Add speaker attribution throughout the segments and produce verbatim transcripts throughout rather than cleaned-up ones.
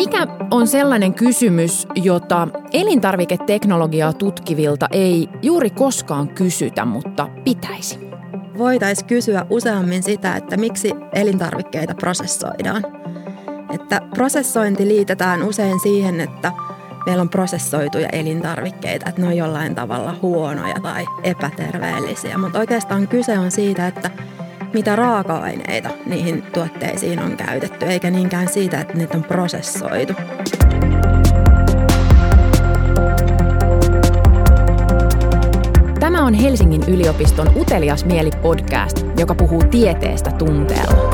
Speaker 1: Mikä on sellainen kysymys, jota elintarviketeknologiaa tutkivilta ei juuri koskaan kysytä, mutta pitäisi?
Speaker 2: Voitaisiin kysyä useammin sitä, että miksi elintarvikkeita prosessoidaan. Että prosessointi liitetään usein siihen, että meillä on prosessoituja elintarvikkeita, että ne on jollain tavalla huonoja tai epäterveellisiä. Mutta oikeastaan kyse on siitä, että mitä raaka-aineita niihin tuotteisiin on käytetty, eikä niinkään siitä, että niitä on prosessoitu.
Speaker 1: Tämä on Helsingin yliopiston Utelias mieli podcast, joka puhuu tieteestä tunteella.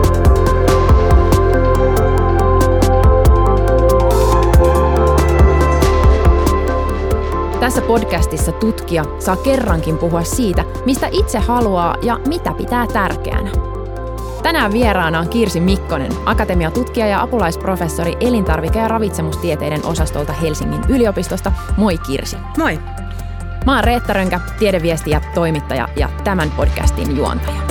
Speaker 1: Tässä podcastissa tutkija saa kerrankin puhua siitä, mistä itse haluaa ja mitä pitää tärkeänä. Tänään vieraana on Kirsi Mikkonen, akatemiatutkija ja apulaisprofessori elintarvike- ja ravitsemustieteiden osastolta Helsingin yliopistosta. Moi Kirsi.
Speaker 2: Moi.
Speaker 1: Mä oon Reetta Rönkä, tiedeviestijä, toimittaja ja tämän podcastin juontaja.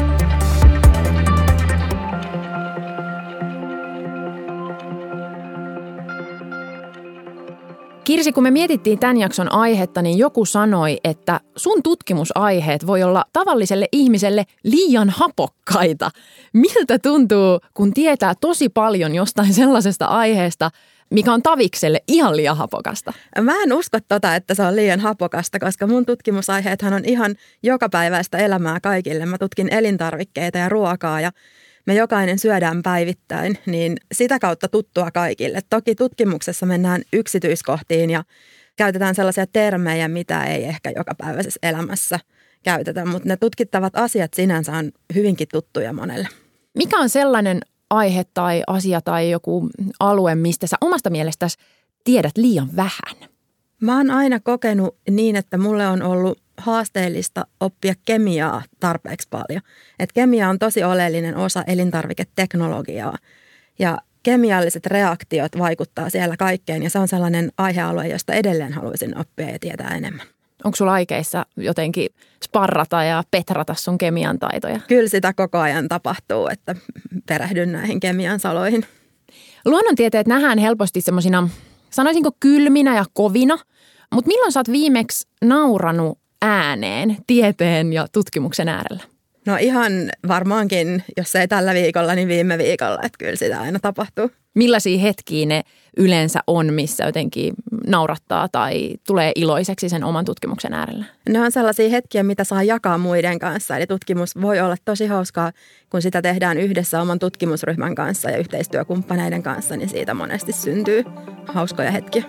Speaker 1: Kirsi, kun me mietittiin tämän jakson aihetta, niin joku sanoi, että sun tutkimusaiheet voi olla tavalliselle ihmiselle liian hapokkaita. Miltä tuntuu, kun tietää tosi paljon jostain sellaisesta aiheesta, mikä on tavikselle ihan liian hapokasta?
Speaker 2: Mä en usko tota, että se on liian hapokasta, koska mun tutkimusaiheethan on ihan jokapäiväistä elämää kaikille. Mä tutkin elintarvikkeita ja ruokaa ja me jokainen syödään päivittäin, niin sitä kautta tuttua kaikille. Toki tutkimuksessa mennään yksityiskohtiin ja käytetään sellaisia termejä, mitä ei ehkä jokapäiväisessä elämässä käytetä, mutta ne tutkittavat asiat sinänsä on hyvinkin tuttuja monelle.
Speaker 1: Mikä on sellainen aihe tai asia tai joku alue, mistä sä omasta mielestäsi tiedät liian vähän?
Speaker 2: Mä oon aina kokenut niin, että mulle on ollut haasteellista oppia kemiaa tarpeeksi paljon. Et kemia on tosi oleellinen osa elintarviketeknologiaa ja kemialliset reaktiot vaikuttaa siellä kaikkeen ja se on sellainen aihealue, josta edelleen haluaisin oppia ja tietää enemmän.
Speaker 1: Onko sulla aikeissa jotenkin sparrata ja petrata sun kemian taitoja?
Speaker 2: Kyllä sitä koko ajan tapahtuu, että perehdyn näihin kemian saloihin.
Speaker 1: Luonnontieteet nähdään helposti semmoisina, sanoisinko kylminä ja kovina, mutta milloin sä oot viimeksi nauranut ääneen tieteen ja tutkimuksen äärellä?
Speaker 2: No ihan varmaankin, jos ei tällä viikolla, niin viime viikolla, että kyllä sitä aina tapahtuu.
Speaker 1: Millaisia hetkiä ne yleensä on, missä jotenkin naurattaa tai tulee iloiseksi sen oman tutkimuksen äärellä?
Speaker 2: Ne on sellaisia hetkiä, mitä saa jakaa muiden kanssa. Eli tutkimus voi olla tosi hauskaa, kun sitä tehdään yhdessä oman tutkimusryhmän kanssa ja yhteistyökumppaneiden kanssa, niin siitä monesti syntyy hauskoja hetkiä.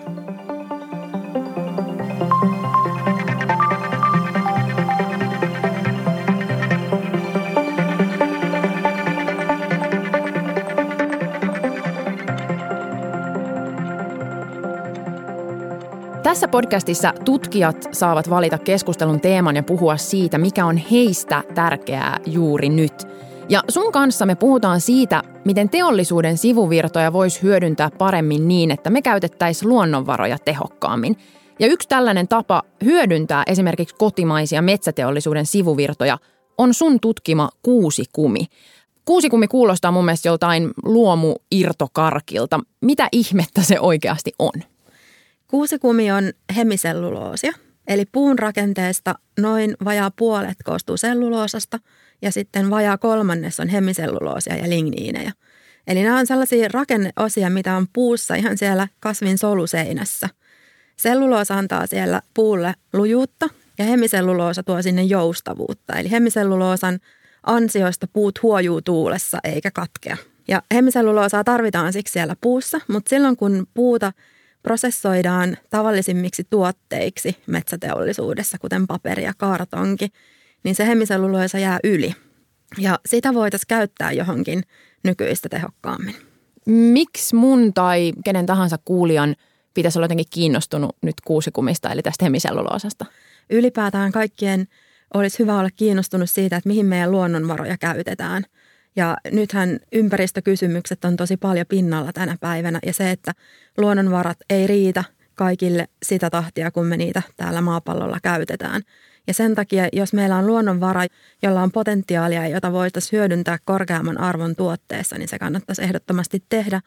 Speaker 1: Tässä podcastissa tutkijat saavat valita keskustelun teeman ja puhua siitä, mikä on heistä tärkeää juuri nyt. Ja sun kanssa me puhutaan siitä, miten teollisuuden sivuvirtoja voisi hyödyntää paremmin niin, että me käytettäisiin luonnonvaroja tehokkaammin. Ja yksi tällainen tapa hyödyntää esimerkiksi kotimaisia metsäteollisuuden sivuvirtoja on sun tutkima kuusikumi. Kuusikumi kuulostaa mun mielestä joltain luomu-irtokarkilta. Mitä ihmettä se oikeasti on?
Speaker 2: Kuusikumi on hemiselluloosia, eli puun rakenteesta noin vajaa puolet koostuu selluloosasta ja sitten vajaa kolmannes on hemiselluloosia ja ligniinejä. Eli nämä on sellaisia rakenneosia, mitä on puussa ihan siellä kasvin soluseinässä. Selluloosa antaa siellä puulle lujuutta ja hemiselluloosa tuo sinne joustavuutta. Eli hemiselluloosan ansiosta puut huojuu tuulessa eikä katkea. Ja hemiselluloosaa tarvitaan siksi siellä puussa, mutta silloin kun puuta prosessoidaan tavallisimmiksi tuotteiksi metsäteollisuudessa, kuten paperi ja kartonki, niin se hemiselluloosa jää yli. Ja sitä voitaisiin käyttää johonkin nykyistä tehokkaammin.
Speaker 1: Miksi mun tai kenen tahansa kuulijan pitäisi olla jotenkin kiinnostunut nyt kuusikumista, eli tästä hemiselluloosasta?
Speaker 2: Ylipäätään kaikkien olisi hyvä olla kiinnostunut siitä, että mihin meidän luonnonvaroja käytetään. Ja nythän ympäristökysymykset on tosi paljon pinnalla tänä päivänä ja se, että luonnonvarat ei riitä kaikille sitä tahtia, kun me niitä täällä maapallolla käytetään. Ja sen takia, jos meillä on luonnonvara, jolla on potentiaalia, jota voitaisiin hyödyntää korkeamman arvon tuotteessa, niin se kannattaisi ehdottomasti tehdä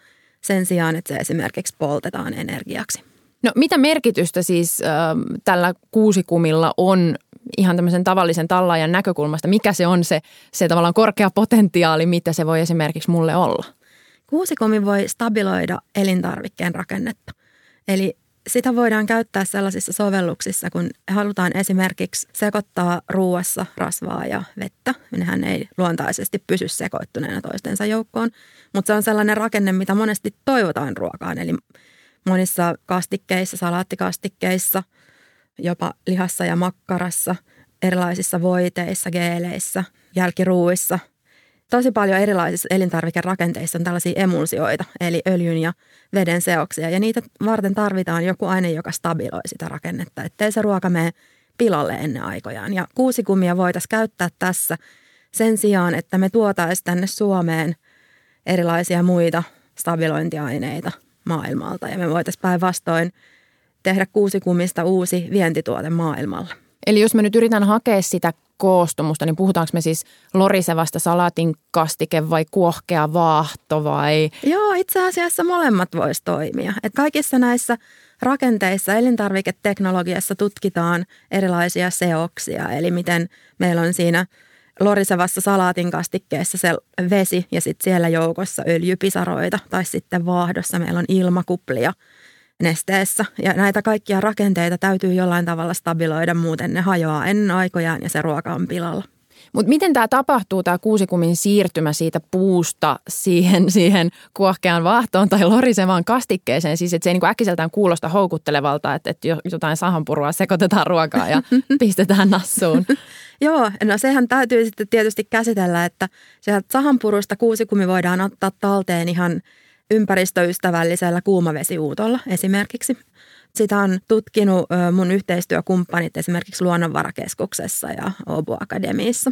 Speaker 2: sen sijaan, että se esimerkiksi poltetaan energiaksi.
Speaker 1: No mitä merkitystä siis äh, tällä kuusikumilla on ihan tämmöisen tavallisen tallaajan näkökulmasta? Mikä se on se, se tavallaan korkea potentiaali, mitä se voi esimerkiksi mulle olla?
Speaker 2: Kuusikumi voi stabiloida elintarvikkeen rakennetta. Eli sitä voidaan käyttää sellaisissa sovelluksissa, kun halutaan esimerkiksi sekoittaa ruuassa rasvaa ja vettä. Nehän ei luontaisesti pysy sekoittuneena toistensa joukkoon, mutta se on sellainen rakenne, mitä monesti toivotaan ruokaan. Eli monissa kastikkeissa, salaattikastikkeissa, jopa lihassa ja makkarassa, erilaisissa voiteissa, geeleissä, jälkiruuissa. Tosi paljon erilaisissa elintarvikerakenteissa on tällaisia emulsioita, eli öljyn ja veden seoksia. Ja niitä varten tarvitaan joku aine, joka stabiloi sitä rakennetta, ettei se ruoka mene pilalle ennen aikojaan. Ja kuusikumia voitaisiin käyttää tässä sen sijaan, että me tuotaisiin tänne Suomeen erilaisia muita stabilointiaineita maailmalta. Ja me voitaisiin päinvastoin tehdä kuusikumista uusi vientituote maailmalla.
Speaker 1: Eli jos mä nyt yritän hakea sitä koostumusta, niin puhutaanko me siis lorisevasta salaatin kastike vai kuohkea vaahto vai?
Speaker 2: Joo, itse asiassa molemmat vois toimia. Et kaikissa näissä rakenteissa elintarviketeknologiassa tutkitaan erilaisia seoksia, eli miten meillä on siinä lorisevassa salaatin kastikkeessa se vesi ja sitten siellä joukossa öljypisaroita tai sitten vaahdossa meillä on ilmakuplia nesteessä. Ja näitä kaikkia rakenteita täytyy jollain tavalla stabiloida, muuten ne hajoaa ennen aikojaan ja se ruoka on pilalla.
Speaker 1: Mutta miten tämä tapahtuu, tämä kuusikumin siirtymä siitä puusta siihen, siihen kuohkeaan vaahtoon tai lorisevaan kastikkeeseen? Siis että se ei niinku äkkiseltään kuulosta houkuttelevalta, että, että jotain sahanpurua sekoitetaan ruokaa ja pistetään nassuun.
Speaker 2: Joo, no sehän täytyy sitten tietysti käsitellä, että sieltä sahanpurusta kuusikumi voidaan ottaa talteen ihan ympäristöystävällisellä kuumavesiuutolla esimerkiksi. Sitä on tutkinut mun yhteistyökumppanit esimerkiksi Luonnonvarakeskuksessa ja Åbo Akademiassa.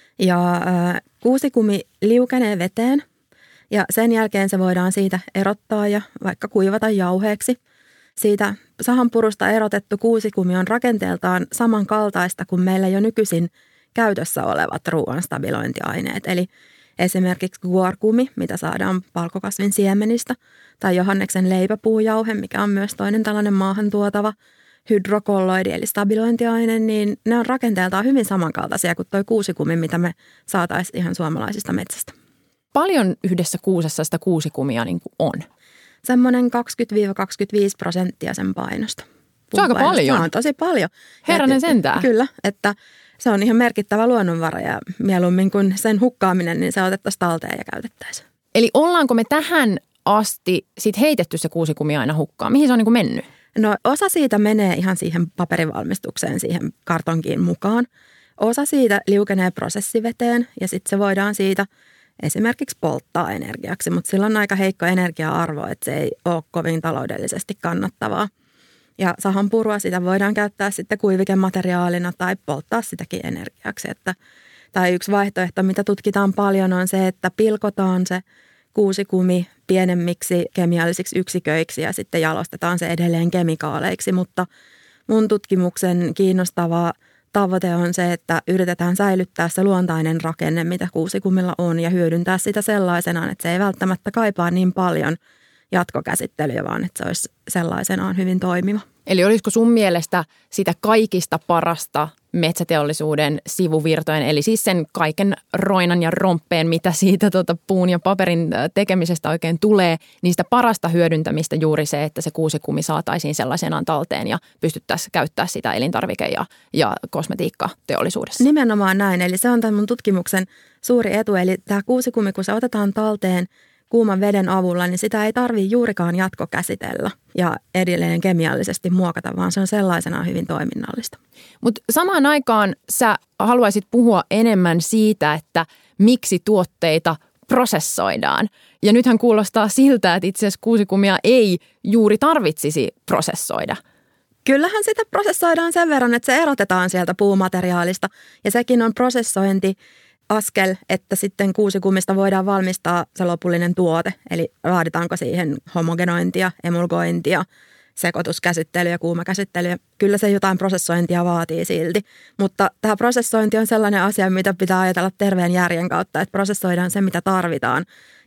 Speaker 2: Ja kuusikumi liukenee veteen ja sen jälkeen se voidaan siitä erottaa ja vaikka kuivata jauheeksi. Siitä sahanpurusta erotettu kuusikumi on rakenteeltaan samankaltaista kuin meillä jo nykyisin käytössä olevat ruoan stabilointiaineet. Eli esimerkiksi guarkumi, mitä saadaan palkokasvin siemenistä, tai Johanneksen leipäpuujauhe, mikä on myös toinen tällainen maahan tuotava hydrokolloidi, eli stabilointiaine, niin ne on rakenteeltaan hyvin samankaltaisia kuin tuo kuusikumi, mitä me saataisiin ihan suomalaisista metsästä.
Speaker 1: Paljon yhdessä kuusessa sitä kuusikumia niin kuin on?
Speaker 2: Semmoinen kaksikymmentä kaksikymmentäviisi prosenttia sen painosta.
Speaker 1: Se on aika paljon.
Speaker 2: Se on tosi paljon.
Speaker 1: Herranen sentään.
Speaker 2: Kyllä, että se on ihan merkittävä luonnonvara ja mieluummin kuin sen hukkaaminen, niin se otettaisiin talteen ja käytettäisiin.
Speaker 1: Eli ollaanko me tähän asti sit heitetty se kuusikumi aina hukkaan? Mihin se on niin kuin mennyt?
Speaker 2: No osa siitä menee ihan siihen paperivalmistukseen, siihen kartonkiin mukaan. Osa siitä liukenee prosessiveteen ja sitten se voidaan siitä esimerkiksi polttaa energiaksi, mutta sillä on aika heikko energia-arvo, että se ei ole kovin taloudellisesti kannattavaa. Ja sahanpurua sitä voidaan käyttää sitten kuivikemateriaalina tai polttaa sitäkin energiaksi. Että, tai yksi vaihtoehto, mitä tutkitaan paljon, on se, että pilkotaan se kuusikumi pienemmiksi kemiallisiksi yksiköiksi ja sitten jalostetaan se edelleen kemikaaleiksi. Mutta mun tutkimuksen kiinnostava tavoite on se, että yritetään säilyttää se luontainen rakenne, mitä kuusikumilla on, ja hyödyntää sitä sellaisenaan, että se ei välttämättä kaipaa niin paljon jatkokäsittelyä, vaan että se olisi sellaisenaan hyvin toimiva.
Speaker 1: Eli olisiko sun mielestä sitä kaikista parasta metsäteollisuuden sivuvirtojen, eli siis sen kaiken roinan ja romppeen, mitä siitä tuota puun ja paperin tekemisestä oikein tulee, niin sitä parasta hyödyntämistä juuri se, että se kuusikumi saataisiin sellaisenaan talteen ja pystyttäisiin käyttää sitä elintarvike- ja, ja kosmetiikkateollisuudessa.
Speaker 2: Nimenomaan näin, eli se on tämän mun tutkimuksen suuri etu, eli tämä kuusikumi, kun se otetaan talteen kuuman veden avulla, niin sitä ei tarvitse juurikaan jatkokäsitellä ja edelleen kemiallisesti muokata, vaan se on sellaisenaan hyvin toiminnallista.
Speaker 1: Mutta samaan aikaan sä haluaisit puhua enemmän siitä, että miksi tuotteita prosessoidaan. Ja nythän kuulostaa siltä, että itse asiassa kuusikumia ei juuri tarvitsisi prosessoida.
Speaker 2: Kyllähän sitä prosessoidaan sen verran, että se erotetaan sieltä puumateriaalista ja sekin on prosessointi askel, että sitten kuusikumista voidaan valmistaa se lopullinen tuote. Eli vaaditaanko siihen homogenointia, emulgointia, sekoituskäsittelyä, kuumakäsittelyä. Kyllä se jotain prosessointia vaatii silti, mutta tämä prosessointi on sellainen asia, mitä pitää ajatella terveen järjen kautta, että prosessoidaan se, mitä tarvitaan. Ja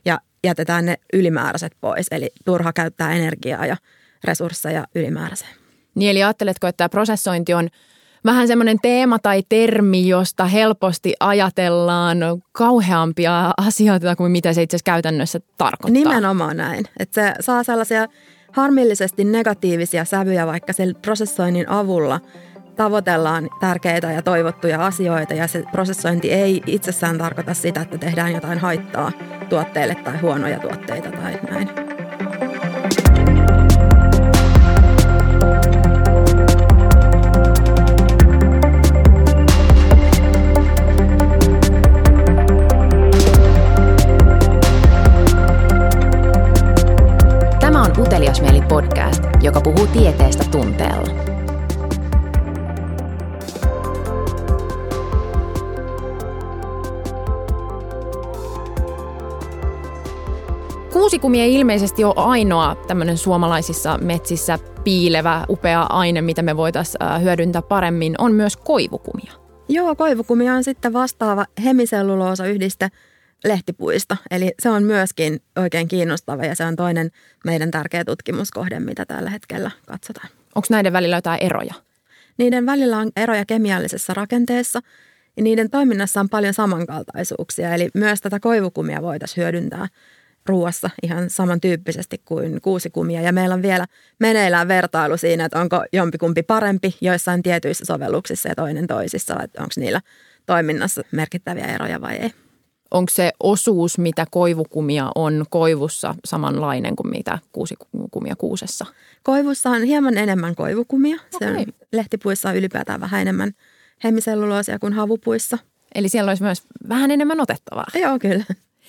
Speaker 2: jätetään ne ylimääräiset pois. Eli turha käyttää energiaa ja resursseja ylimääräiseen.
Speaker 1: Niin eli ajatteletko, että tämä prosessointi on vähän semmoinen teema tai termi, josta helposti ajatellaan kauheampia asioita kuin mitä se itse asiassa käytännössä tarkoittaa?
Speaker 2: Nimenomaan näin. Että se saa sellaisia harmillisesti negatiivisia sävyjä, vaikka sen prosessoinnin avulla tavoitellaan tärkeitä ja toivottuja asioita ja se prosessointi ei itsessään tarkoita sitä, että tehdään jotain haittaa tuotteille tai huonoja tuotteita tai näin.
Speaker 1: Tämä on Utelias mieli podcast, joka puhuu tieteestä tunteella. Kuusikumi ei ilmeisesti ole ainoa tämmöinen suomalaisissa metsissä piilevä, upea aine, mitä me voitaisiin hyödyntää paremmin. On myös koivukumia.
Speaker 2: Joo, koivukumi on sitten vastaava hemiselluloosa-yhdiste lehtipuista. Eli se on myöskin oikein kiinnostava ja se on toinen meidän tärkeä tutkimuskohde, mitä tällä hetkellä katsotaan.
Speaker 1: Onko näiden välillä jotain eroja?
Speaker 2: Niiden välillä on eroja kemiallisessa rakenteessa ja niiden toiminnassa on paljon samankaltaisuuksia. Eli myös tätä koivukumia voitaisiin hyödyntää ruuassa ihan samantyyppisesti kuin kuusikumia. Ja meillä on vielä meneillään vertailu siinä, että onko jompikumpi parempi joissain tietyissä sovelluksissa ja toinen toisissa, että onko niillä toiminnassa merkittäviä eroja vai ei.
Speaker 1: Onko se osuus, mitä koivukumia on koivussa, samanlainen kuin mitä kuusikumia kuusessa?
Speaker 2: Koivussa on hieman enemmän koivukumia. Se
Speaker 1: Okay.
Speaker 2: on, lehtipuissa on ylipäätään vähän enemmän hemiselluloosia kuin havupuissa.
Speaker 1: Eli siellä olisi myös vähän enemmän otettavaa.
Speaker 2: Joo, kyllä.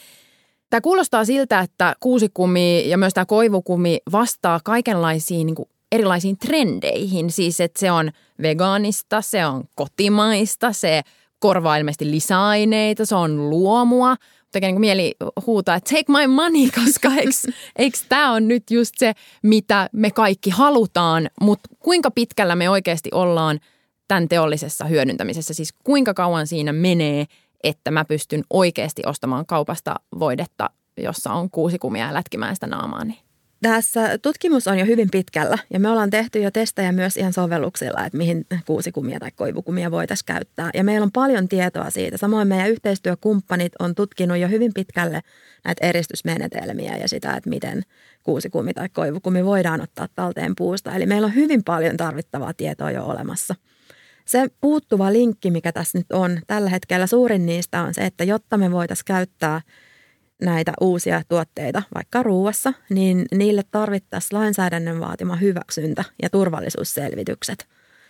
Speaker 1: Tämä kuulostaa siltä, että kuusikumi ja myös tämä koivukumi vastaa kaikenlaisiin niin kuin erilaisiin trendeihin. Siis, että se on vegaanista, se on kotimaista, se korvaa ilmeisesti lisäaineita, se on luomua. Tekee niin kuin mieli huutaa, että take my money, koska eikö tämä on nyt just se, mitä me kaikki halutaan. Mutta kuinka pitkällä me oikeasti ollaan tämän teollisessa hyödyntämisessä? Siis kuinka kauan siinä menee, että mä pystyn oikeasti ostamaan kaupasta voidetta, jossa on kuusikumia ja lätkimään sitä naamaani?
Speaker 2: Tässä tutkimus on jo hyvin pitkällä ja me ollaan tehty jo testejä myös ihan sovelluksilla, että mihin kuusikumia tai koivukumia voitaisiin käyttää. Ja meillä on paljon tietoa siitä. Samoin meidän yhteistyökumppanit on tutkinut jo hyvin pitkälle näitä eristysmenetelmiä ja sitä, että miten kuusikumi tai koivukumi voidaan ottaa talteen puusta. Eli meillä on hyvin paljon tarvittavaa tietoa jo olemassa. Se puuttuva linkki, mikä tässä nyt on tällä hetkellä, suurin niistä on se, että jotta me voitaisiin käyttää näitä uusia tuotteita vaikka ruuassa, niin niille tarvittaisiin lainsäädännön vaatima hyväksyntä ja turvallisuusselvitykset.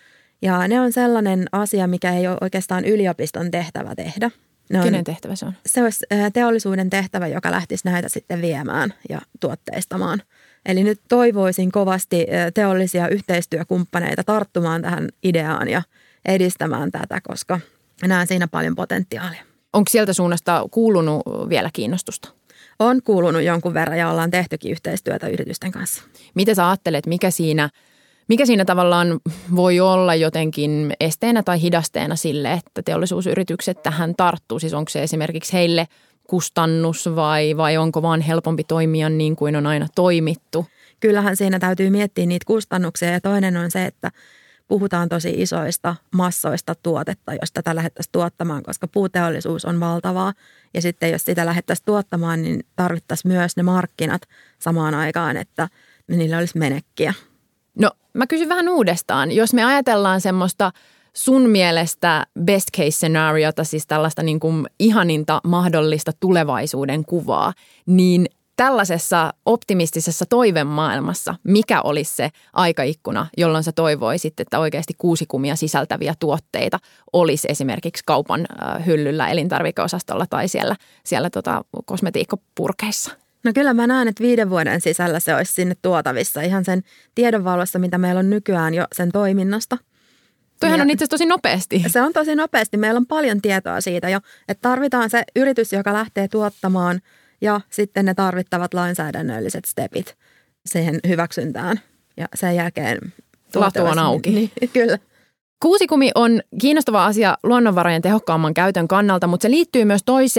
Speaker 2: Ja ne on sellainen asia, mikä ei ole oikeastaan yliopiston tehtävä tehdä. Ne on,
Speaker 1: Kenen tehtävä se on?
Speaker 2: Se olisi teollisuuden tehtävä, joka lähtisi näitä sitten viemään ja tuotteistamaan. Eli nyt toivoisin kovasti teollisia yhteistyökumppaneita tarttumaan tähän ideaan ja edistämään tätä, koska näen siinä paljon potentiaalia.
Speaker 1: Onko sieltä suunnasta kuulunut vielä kiinnostusta?
Speaker 2: On kuulunut jonkun verran ja ollaan tehtykin yhteistyötä yritysten kanssa.
Speaker 1: Mitä sä ajattelet, mikä siinä, mikä siinä tavallaan voi olla jotenkin esteenä tai hidasteena sille, että teollisuusyritykset tähän tarttuu? Siis onko se esimerkiksi heille kustannus vai, vai onko vaan helpompi toimia niin kuin on aina toimittu?
Speaker 2: Kyllähän siinä täytyy miettiä niitä kustannuksia ja toinen on se, että puhutaan tosi isoista massoista tuotetta, jos tätä lähdettäisiin tuottamaan, koska puuteollisuus on valtavaa. Ja sitten jos sitä lähdettäisiin tuottamaan, niin tarvittaisiin myös ne markkinat samaan aikaan, että niillä olisi menekkiä.
Speaker 1: No mä kysyn vähän uudestaan. Jos me ajatellaan semmoista sun mielestä best case scenariota, siis tällaista niin kuin ihaninta mahdollista tulevaisuuden kuvaa, niin tällaisessa optimistisessa toivemaailmassa, mikä olisi se aikaikkuna, jolloin sä toivoisit, että oikeasti kuusikumia sisältäviä tuotteita olisi esimerkiksi kaupan hyllyllä, elintarvikeosastolla tai siellä, siellä tota kosmetiikkapurkeissa?
Speaker 2: No kyllä mä näen, että viiden vuoden sisällä se olisi sinne tuotavissa ihan sen tiedon valossa, mitä meillä on nykyään jo sen toiminnasta.
Speaker 1: Toihan on itse asiassa tosi nopeasti.
Speaker 2: Se on tosi nopeasti. Meillä on paljon tietoa siitä jo, että tarvitaan se yritys, joka lähtee tuottamaan ja sitten ne tarvittavat lainsäädännölliset stepit siihen hyväksyntään ja sen jälkeen
Speaker 1: latu on auki.
Speaker 2: Niin, kyllä.
Speaker 1: Kuusikumi on kiinnostava asia luonnonvarojen tehokkaamman käytön kannalta, mutta se liittyy myös toiseen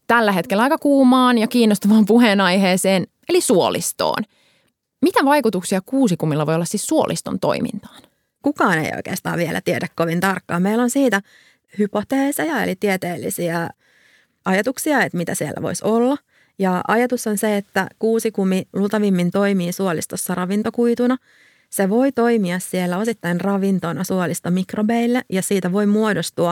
Speaker 1: tällä hetkellä aika kuumaan ja kiinnostavaan puheenaiheeseen, eli suolistoon. Mitä vaikutuksia kuusikumilla voi olla siis suoliston toimintaan?
Speaker 2: Kukaan ei oikeastaan vielä tiedä kovin tarkkaan. Meillä on siitä hypoteeseja, eli tieteellisiä ajatuksia, että mitä siellä voisi olla. Ja ajatus on se, että kuusikumi luultavimmin toimii suolistossa ravintokuituna. Se voi toimia siellä osittain ravintona suolistomikrobeille ja siitä voi muodostua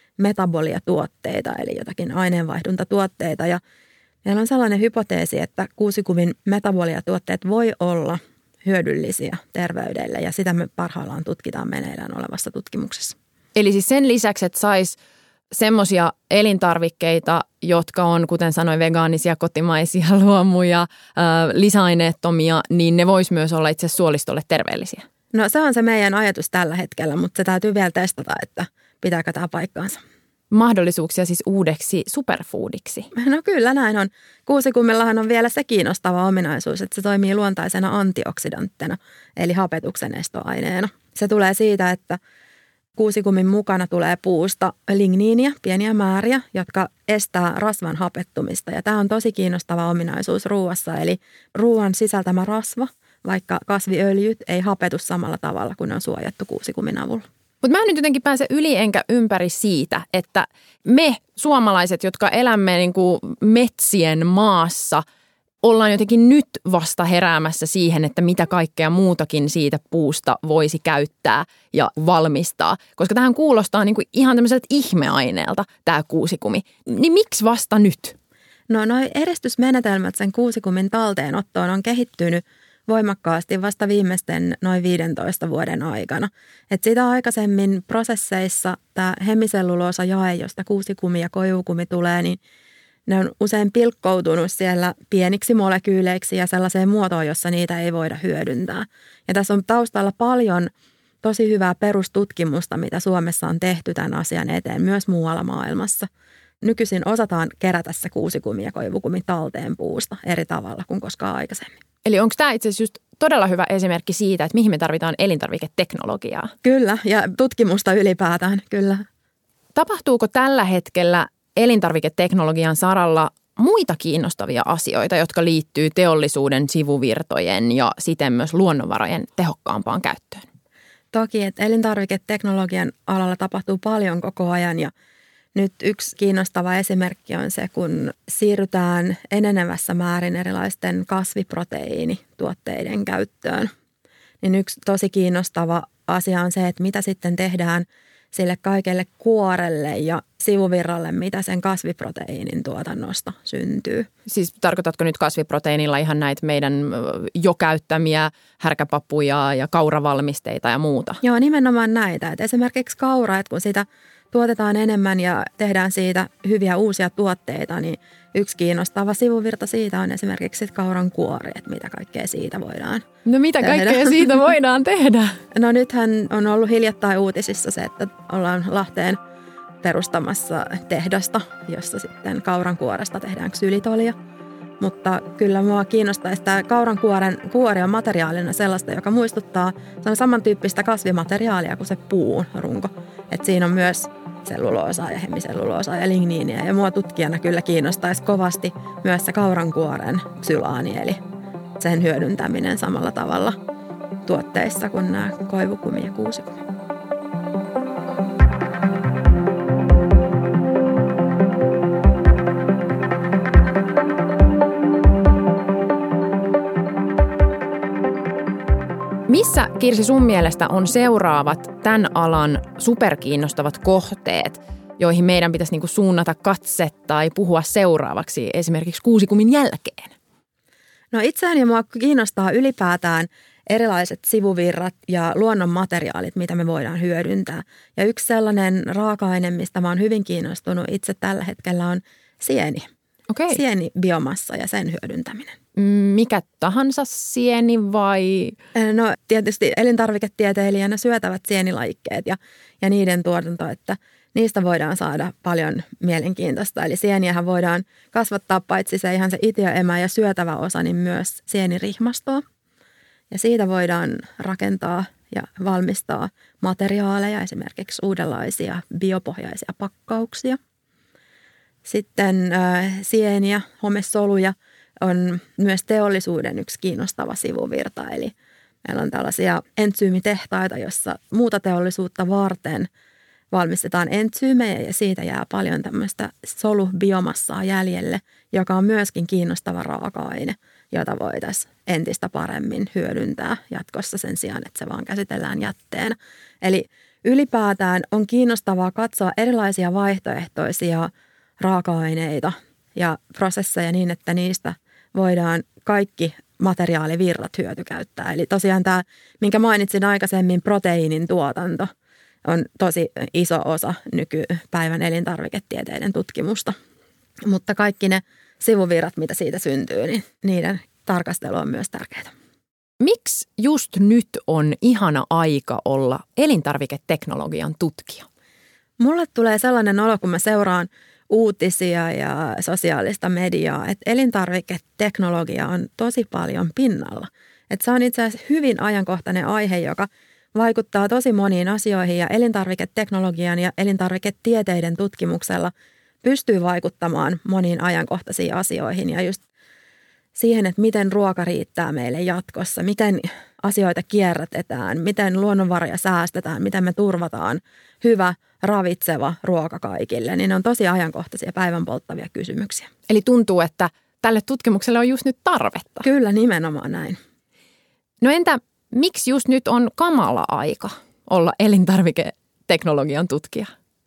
Speaker 2: metaboliatuotteita, eli jotakin aineenvaihduntatuotteita. Ja meillä on sellainen hypoteesi, että kuusikumin metaboliatuotteet voi olla hyödyllisiä terveydelle ja sitä me parhaillaan tutkitaan meneillään olevassa tutkimuksessa.
Speaker 1: Eli siis sen lisäksi, että saisi semmoisia elintarvikkeita, jotka on, kuten sanoin, vegaanisia, kotimaisia, luomuja, äh, lisäaineettomia, niin ne vois myös olla itse asiassa suolistolle terveellisiä.
Speaker 2: No se on se meidän ajatus tällä hetkellä, mutta se täytyy vielä testata, että pitääkö tämä paikkaansa.
Speaker 1: Mahdollisuuksia siis uudeksi superfoodiksi.
Speaker 2: No kyllä näin on. Kuusikumillahan on vielä se kiinnostava ominaisuus, että se toimii luontaisena antioksidanttina, eli hapetuksen estoaineena. Se tulee siitä, että kuusikumin mukana tulee puusta ligniiniä, pieniä määriä, jotka estää rasvan hapettumista. Ja tämä on tosi kiinnostava ominaisuus ruuassa, eli ruuan sisältämä rasva, vaikka kasviöljyt, ei hapetu samalla tavalla kuin ne on suojattu kuusikumin avulla.
Speaker 1: Mutta mä en nyt jotenkin pääse yli enkä ympäri siitä, että me suomalaiset, jotka elämme niin kuin metsien maassa, ollaan jotenkin nyt vasta heräämässä siihen, että mitä kaikkea muutakin siitä puusta voisi käyttää ja valmistaa. Koska tähän kuulostaa niin kuin ihan tämmöiseltä ihmeaineelta tämä kuusikumi. Niin miksi vasta nyt?
Speaker 2: No noi eristysmenetelmät sen kuusikumin talteenottoon on kehittynyt voimakkaasti vasta viimeisten noin viidentoista vuoden aikana. Et sitä aikaisemmin prosesseissa tämä hemiselluloosajae, josta kuusikumi ja koivukumi tulee, niin ne on usein pilkkoutunut siellä pieniksi molekyyleiksi ja sellaiseen muotoon, jossa niitä ei voida hyödyntää. Ja tässä on taustalla paljon tosi hyvää perustutkimusta, mitä Suomessa on tehty tämän asian eteen, myös muualla maailmassa. Nykyisin osataan kerätä se kuusikumi ja koivukumi talteen puusta eri tavalla kuin koskaan aikaisemmin.
Speaker 1: Eli onko tämä itse asiassa just todella hyvä esimerkki siitä, että mihin me tarvitaan elintarviketeknologiaa?
Speaker 2: Kyllä, ja tutkimusta ylipäätään, kyllä.
Speaker 1: Tapahtuuko tällä hetkellä elintarviketeknologian saralla muita kiinnostavia asioita, jotka liittyy teollisuuden sivuvirtojen ja siten myös luonnonvarojen tehokkaampaan käyttöön?
Speaker 2: Toki, että elintarviketeknologian alalla tapahtuu paljon koko ajan ja nyt yksi kiinnostava esimerkki on se, kun siirrytään enenevässä määrin erilaisten kasviproteiinituotteiden käyttöön. Niin yksi tosi kiinnostava asia on se, että mitä sitten tehdään sille kaikelle kuorelle ja sivuvirralle, mitä sen kasviproteiinin tuotannosta syntyy.
Speaker 1: Siis tarkoitatko nyt kasviproteiinilla ihan näitä meidän jo käyttämiä härkäpapuja ja kauravalmisteita ja muuta?
Speaker 2: Joo, nimenomaan näitä. Et esimerkiksi kaura, että kun sitä tuotetaan enemmän ja tehdään siitä hyviä uusia tuotteita, niin yksi kiinnostava sivuvirta siitä on esimerkiksi kauran kuori, että mitä kaikkea siitä voidaan
Speaker 1: No mitä
Speaker 2: tehdä.
Speaker 1: kaikkea siitä voidaan tehdä?
Speaker 2: No nythän on ollut hiljattain uutisissa se, että ollaan Lahteen perustamassa tehdasta, jossa sitten kauran kuoresta tehdään ksylitolia. Mutta kyllä mua kiinnostaisi tämä kauran kuoren, kuori on materiaalina sellaista, joka muistuttaa, se on samantyyppistä kasvimateriaalia kuin se puun runko. Et siinä on myös selluloosaa ja hemiselluloosaa ja ligniiniä. Ja mua tutkijana kyllä kiinnostaisi kovasti myös se kauran kuoren ksylaani, eli sen hyödyntäminen samalla tavalla tuotteissa kuin nämä koivukumi ja kuusikumi.
Speaker 1: Missä, Kirsi, sun mielestä on seuraavat tämän alan superkiinnostavat kohteet, joihin meidän pitäisi niinku suunnata katse tai puhua seuraavaksi esimerkiksi kuusikumin jälkeen?
Speaker 2: No itseäni mua kiinnostaa ylipäätään erilaiset sivuvirrat ja luonnon materiaalit, mitä me voidaan hyödyntää. Ja yksi sellainen raaka-aine, mistä mä oon hyvin kiinnostunut itse tällä hetkellä on sieni.
Speaker 1: Okei.
Speaker 2: Sienibiomassa ja sen hyödyntäminen.
Speaker 1: Mikä tahansa sieni vai?
Speaker 2: No tietysti elintarviketieteilijänä syötävät sienilajikkeet ja, ja niiden tuotanto, että niistä voidaan saada paljon mielenkiintoista. Eli sieniähän voidaan kasvattaa paitsi se ihan se itiöemä ja syötävä osa, niin myös sienirihmastoa. Ja siitä voidaan rakentaa ja valmistaa materiaaleja, esimerkiksi uudenlaisia biopohjaisia pakkauksia. Sitten äh, sieniä, homesoluja on myös teollisuuden yksi kiinnostava sivuvirta. Eli meillä on tällaisia entsyymitehtaita, jossa muuta teollisuutta varten valmistetaan entsyymejä ja siitä jää paljon tämmöistä solubiomassaa jäljelle, joka on myöskin kiinnostava raaka-aine, jota voitaisiin entistä paremmin hyödyntää jatkossa sen sijaan, että se vaan käsitellään jätteenä. Eli ylipäätään on kiinnostavaa katsoa erilaisia vaihtoehtoisia raaka-aineita ja prosesseja niin, että niistä voidaan kaikki materiaalivirrat hyötykäyttää. Eli tosiaan tämä, minkä mainitsin aikaisemmin, proteiinin tuotanto on tosi iso osa nykypäivän elintarviketieteiden tutkimusta. Mutta kaikki ne sivuvirrat, mitä siitä syntyy, niin niiden tarkastelu on myös tärkeää.
Speaker 1: Miksi just nyt on ihana aika olla elintarviketeknologian tutkija?
Speaker 2: Mulle tulee sellainen olo, kun mä seuraan uutisia ja sosiaalista mediaa, että elintarviketeknologia on tosi paljon pinnalla. Että se on itse asiassa hyvin ajankohtainen aihe, joka vaikuttaa tosi moniin asioihin ja elintarviketeknologian ja elintarviketieteiden tutkimuksella pystyy vaikuttamaan moniin ajankohtaisiin asioihin ja just siihen, että miten ruoka riittää meille jatkossa, miten asioita kierrätetään, miten luonnonvaroja säästetään, miten me turvataan hyvä, ravitseva ruoka kaikille, niin ne on tosi ajankohtaisia päivän polttavia kysymyksiä.
Speaker 1: Eli tuntuu, että tälle tutkimukselle on just nyt tarvetta.
Speaker 2: Kyllä, nimenomaan näin.
Speaker 1: No entä miksi just nyt on kamala aika olla elintarviketeknologian tutkija?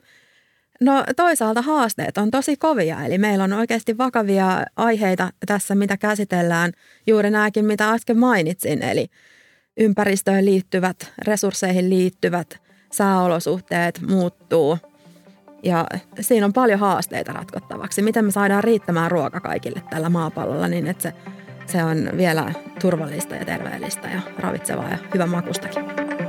Speaker 2: No toisaalta haasteet on tosi kovia, eli meillä on oikeasti vakavia aiheita tässä, mitä käsitellään. Juuri nämäkin, mitä äsken mainitsin, eli ympäristöön liittyvät, resursseihin liittyvät, sääolosuhteet muuttuu ja siinä on paljon haasteita ratkottavaksi. Miten me saadaan riittämään ruoka kaikille tällä maapallolla niin, että se, se on vielä turvallista ja terveellistä ja ravitsevaa ja hyvän makustakin.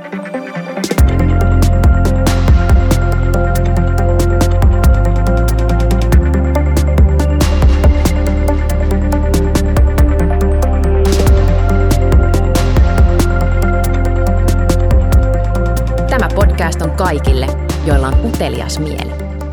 Speaker 1: Podcast on kaikille, joilla on utelias mieli.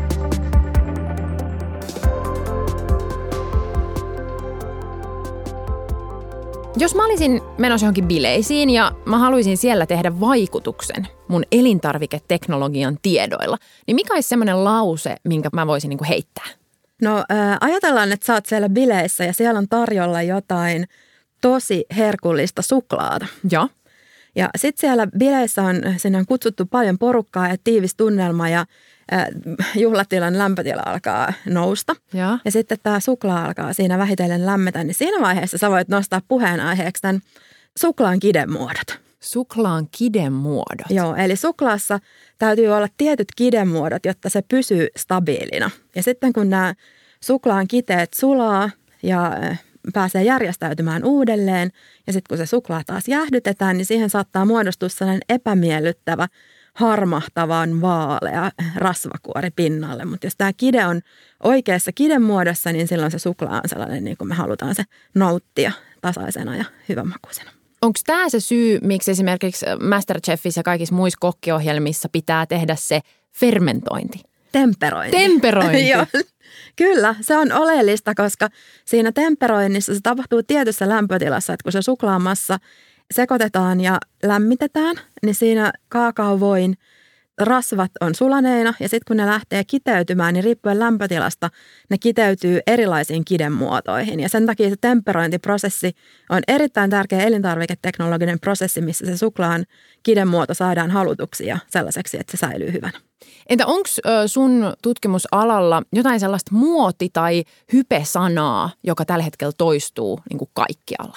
Speaker 1: Jos mä olisin menossa johonkin bileisiin ja mä haluaisin siellä tehdä vaikutuksen mun elintarviketeknologian tiedoilla, niin mikä olisi semmoinen lause, minkä mä voisin niinku heittää?
Speaker 2: No ää, ajatellaan, että sä oot siellä bileissä ja siellä on tarjolla jotain tosi herkullista suklaata.
Speaker 1: Joo.
Speaker 2: Ja sitten siellä bileissä on, sinne on kutsuttu paljon porukkaa ja tiivis tunnelma ja äh, juhlatilan lämpötila alkaa nousta.
Speaker 1: Ja,
Speaker 2: ja sitten tämä suklaa alkaa siinä vähitellen lämmetä, niin siinä vaiheessa sä voit nostaa puheenaiheeksi tämän suklaan kidemuodot.
Speaker 1: Suklaan kidemuodot?
Speaker 2: Joo, eli suklaassa täytyy olla tietyt kidemuodot, jotta se pysyy stabiilina. Ja sitten kun nämä suklaan kiteet sulaa ja pääsee järjestäytymään uudelleen ja sitten kun se suklaa taas jäähdytetään, niin siihen saattaa muodostua sellainen epämiellyttävä, harmahtavan vaalea rasvakuori pinnalle. Mutta jos tämä kide on oikeassa kidemuodossa, niin silloin se suklaa on sellainen, niin kuin me halutaan se nauttia tasaisena ja hyvänmakuisena.
Speaker 1: Onko tämä se syy, miksi esimerkiksi MasterChefissä ja kaikissa muissa kokkiohjelmissa pitää tehdä se fermentointi?
Speaker 2: Temperointi.
Speaker 1: Temperointi.
Speaker 2: Joo. Kyllä, se on oleellista, koska siinä temperoinnissa se tapahtuu tietyssä lämpötilassa, että kun se suklaamassa sekoitetaan ja lämmitetään, niin siinä kaakaovoin rasvat on sulaneina ja sitten kun ne lähtee kiteytymään, niin riippuen lämpötilasta ne kiteytyy erilaisiin kidemuotoihin. Ja sen takia se temperointiprosessi on erittäin tärkeä elintarviketeknologinen prosessi, missä se suklaan kidemuoto saadaan halutuksi ja sellaiseksi, että se säilyy hyvänä.
Speaker 1: Entä onko sun tutkimusalalla jotain sellaista muoti- tai hype-sanaa, joka tällä hetkellä toistuu niin kuin kaikkialla?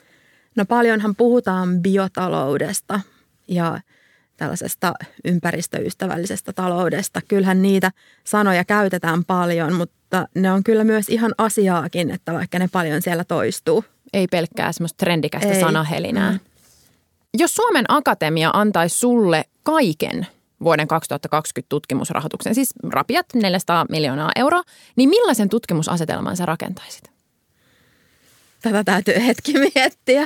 Speaker 2: No paljonhan puhutaan biotaloudesta ja tällaisesta ympäristöystävällisestä taloudesta. Kyllähän niitä sanoja käytetään paljon, mutta ne on kyllä myös ihan asiaakin, että vaikka ne paljon siellä toistuu.
Speaker 1: Ei pelkkää semmoista trendikästä
Speaker 2: Ei.
Speaker 1: sanahelinää.
Speaker 2: Mm.
Speaker 1: Jos Suomen Akatemia antaisi sulle kaiken vuoden kaksituhattakaksikymmentä tutkimusrahoituksen, siis rapiat neljäsataa miljoonaa euroa, niin millaisen tutkimusasetelman sä rakentaisit?
Speaker 2: Tätä täytyy hetki miettiä.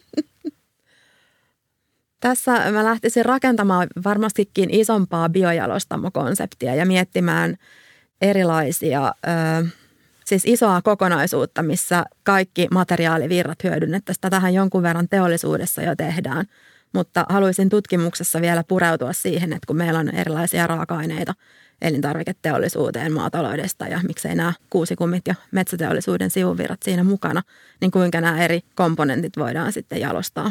Speaker 2: Tässä mä lähtisin rakentamaan varmastikin isompaa biojalostamokonseptia ja miettimään erilaisia, ö, siis isoa kokonaisuutta, missä kaikki materiaalivirrat hyödynnettäisiin. Tätähän jonkun verran teollisuudessa jo tehdään, mutta haluaisin tutkimuksessa vielä pureutua siihen, että kun meillä on erilaisia raaka-aineita elintarviketeollisuuteen, maataloudesta ja miksei nämä kuusikummit ja metsäteollisuuden sivuvirrat siinä mukana, niin kuinka nämä eri komponentit voidaan sitten jalostaa.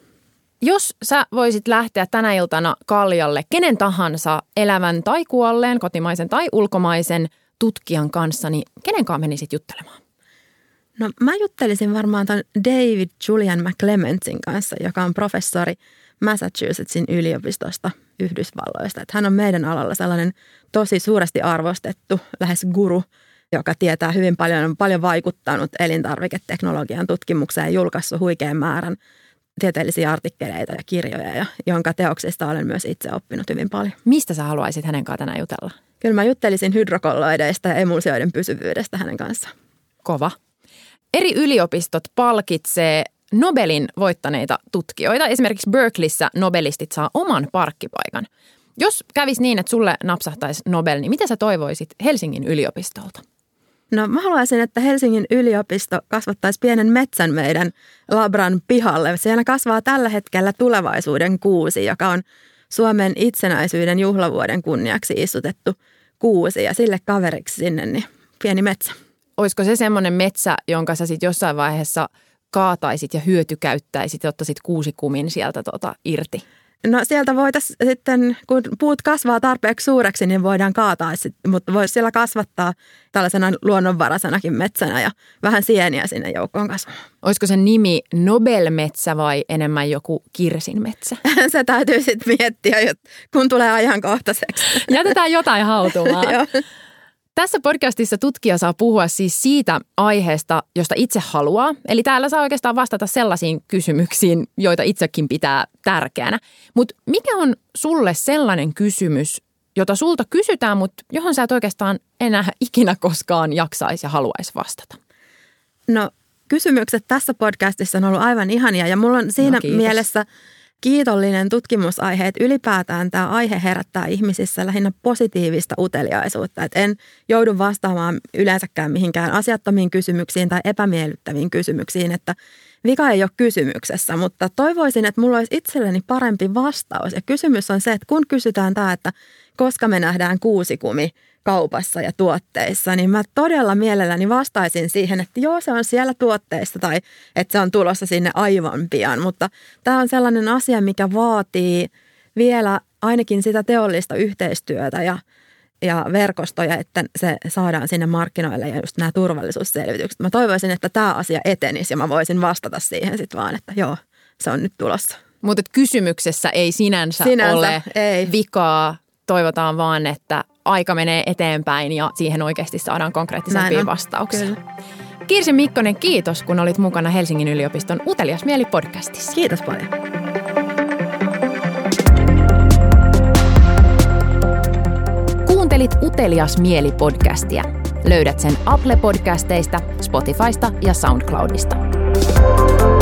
Speaker 1: Jos sä voisit lähteä tänä iltana kaljalle kenen tahansa elävän tai kuolleen, kotimaisen tai ulkomaisen tutkijan kanssa, niin kenen kanssa menisit juttelemaan?
Speaker 2: No mä juttelisin varmaan ton David Julian McClementsin kanssa, joka on professori Massachusettsin yliopistosta Yhdysvalloista. Että hän on meidän alalla sellainen tosi suuresti arvostettu, lähes guru, joka tietää hyvin paljon, on paljon vaikuttanut elintarviketeknologian tutkimukseen ja julkaissut huikean määrän tieteellisiä artikkeleita ja kirjoja, ja jonka teoksista olen myös itse oppinut hyvin paljon.
Speaker 1: Mistä sä haluaisit hänen kanssaan tänään jutella?
Speaker 2: Kyllä mä juttelisin hydrokolloideista ja emulsioiden pysyvyydestä hänen kanssaan.
Speaker 1: Kova. Eri yliopistot palkitsee Nobelin voittaneita tutkijoita. Esimerkiksi Berkeleyssä nobelistit saa oman parkkipaikan. Jos kävisi niin, että sulle napsahtaisi Nobel, niin mitä sä toivoisit Helsingin yliopistolta?
Speaker 2: No mä haluaisin, että Helsingin yliopisto kasvattaisi pienen metsän meidän labran pihalle. Siellä kasvaa tällä hetkellä tulevaisuuden kuusi, joka on Suomen itsenäisyyden juhlavuoden kunniaksi istutettu kuusi, ja sille kaveriksi sinne niin pieni metsä.
Speaker 1: Olisiko se semmoinen metsä, jonka sä sitten jossain vaiheessa kaataisit ja hyötykäyttäisit ja ottaisit kuusikumin sieltä tota irti?
Speaker 2: No sieltä voitaisiin sitten, kun puut kasvaa tarpeeksi suureksi, niin voidaan kaataa, mutta voisi siellä kasvattaa tällaisena luonnonvaraisenakin metsänä ja vähän sieniä sinne joukkoon kasvamaan.
Speaker 1: Olisiko sen nimi Nobelmetsä vai enemmän joku kirsinmetsä?
Speaker 2: Se täytyy sitten miettiä, kun tulee ajankohtaiseksi.
Speaker 1: Jätetään jotain hautumaan. Tässä podcastissa tutkija saa puhua siis siitä aiheesta, josta itse haluaa. Eli täällä saa oikeastaan vastata sellaisiin kysymyksiin, joita itsekin pitää tärkeänä. Mutta mikä on sulle sellainen kysymys, jota sulta kysytään, mutta johon sä et oikeastaan enää ikinä koskaan jaksaisi ja haluaisi vastata?
Speaker 2: No kysymykset tässä podcastissa on ollut aivan ihania ja mulla on siinä no, mielessä kiitollinen tutkimusaihe, että ylipäätään tämä aihe herättää ihmisissä lähinnä positiivista uteliaisuutta. Että en joudu vastaamaan yleensäkään mihinkään asiattomiin kysymyksiin tai epämiellyttäviin kysymyksiin, että vika ei ole kysymyksessä, mutta toivoisin, että mulla olisi itselleni parempi vastaus. Ja kysymys on se, että kun kysytään tämä, että koska me nähdään kuusikumi kaupassa ja tuotteissa, niin mä todella mielelläni vastaisin siihen, että joo, se on siellä tuotteissa tai että se on tulossa sinne aivan pian. Mutta tämä on sellainen asia, mikä vaatii vielä ainakin sitä teollista yhteistyötä ja, ja verkostoja, että se saadaan sinne markkinoille ja just nämä turvallisuusselvitykset. Mä toivoisin, että tämä asia etenisi ja mä voisin vastata siihen sitten vaan, että joo, se on nyt tulossa.
Speaker 1: Mutta kysymyksessä ei sinänsä,
Speaker 2: sinänsä
Speaker 1: ole
Speaker 2: ei.
Speaker 1: vikaa. Toivotaan vaan, että aika menee eteenpäin ja siihen oikeasti saadaan konkreettisempia vastauksia. Kyllä. Kirsi Mikkonen, kiitos kun olit mukana Helsingin yliopiston Utelias mieli -podcastissa.
Speaker 2: Kiitos paljon.
Speaker 1: Kuuntelit Utelias mieli -podcastia. Löydät sen Apple-podcasteista, Spotifysta ja SoundCloudista.